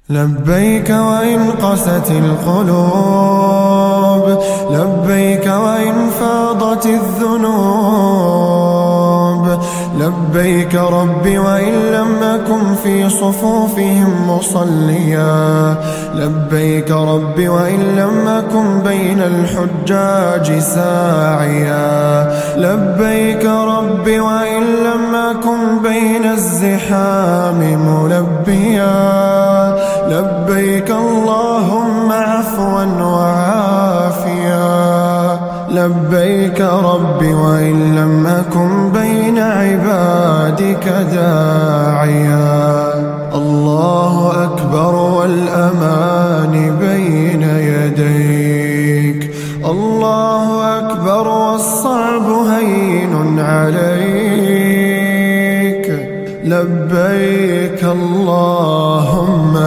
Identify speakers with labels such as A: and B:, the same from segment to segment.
A: لبيك وإن قست القلوب، لبيك وإن فاضت الذنوب، لبيك ربي وإن لم أكن في صفوفهم مصليا، لبيك ربي وإن لم أكن بين الحجاج ساعيا، لبيك ربي وإن لم أكن بين الزحام ملبيا، لبيك اللهم عفوا وعافيا، لبيك ربي وإن لم أكن بين عبادك داعيا. الله أكبر والأمان بين يديك، الله أكبر والصعب هين عليك، لبيك اللهم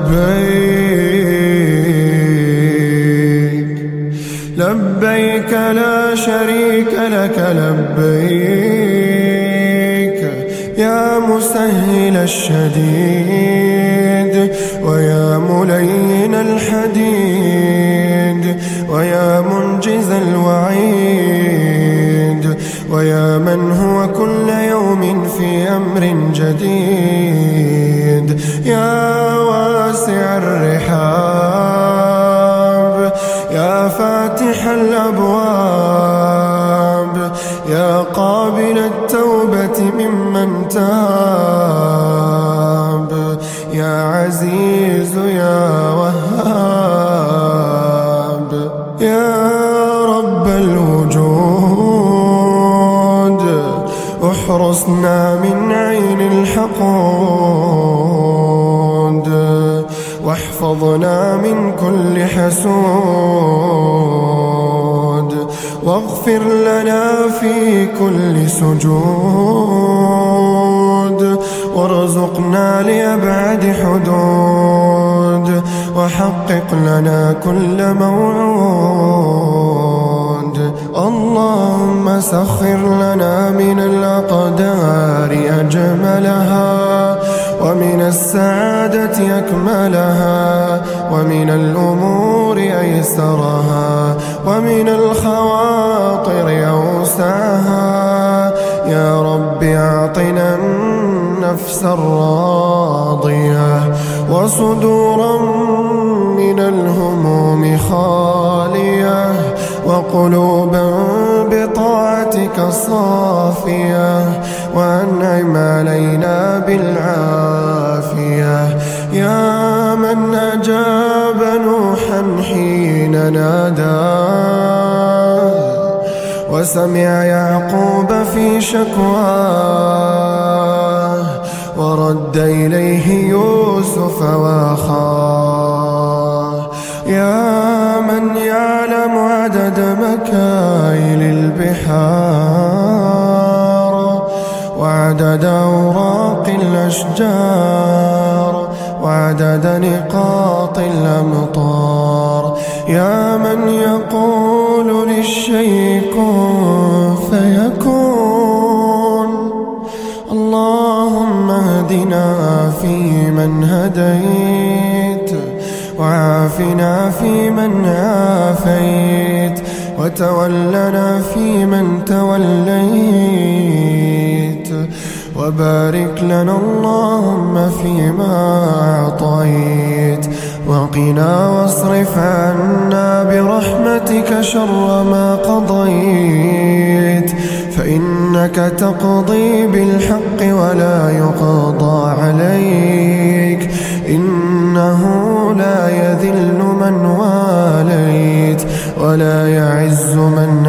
A: لبيك، لبيك لا شريك لك لبيك، يا مسهل الشديد ويا ملين الحديد ويا منجز الوعيد، ويا من هو كل يوم في أمر جديد، يا واسع الرحاب، يا فاتح الأبواب، يا قابل التوبة ممن تاب، يا عزيز يا وهاب، يا رب الوجود، احرسنا من عين الحقود، واحفظنا من كل حسود، واغفر لنا في كل سجود، وارزقنا لأبعد حدود، وحقق لنا كل موعود. اللهم سخر لنا من الأقدار أجملها، ومن السعادة أكملها، ومن الأمور أيسرها، ومن الخواطر أوسعها. يا رب أعطنا النفس الراضية، وصدورا من الهموم خالية، وقلوبا بطاعتك صافية، وأنعم علينا بالعافية. يا من أجاب نوحا حين ناداه، وسمع يعقوب في شكواه، ورد إليه يوسف وأخاه. يا من يعلم عدد مكايل البحار، وعدد أوراق الأشجار، وعدد نقاط الأمطار. يا من يقول للشيء كن فيكون. اللهم اهدنا فيمن هديت، وعافنا فيمن عافيت، وتولنا فيمن توليت، وبارك لنا اللهم فيما أعطيت، وقنا واصرف عنا برحمتك شر ما قضيت، فإنك تقضي بالحق ولا يقضى عليك، إنه لا يذل من واليت ولا يعز من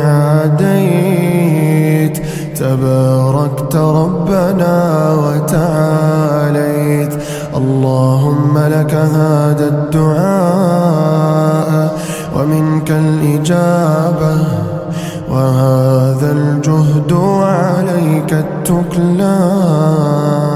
A: عاديت. تباركت ربنا وتعاليت. اللهم لك هذا الدعاء، ومنك الإجابة، وهذا الجهد وعليك التكلان.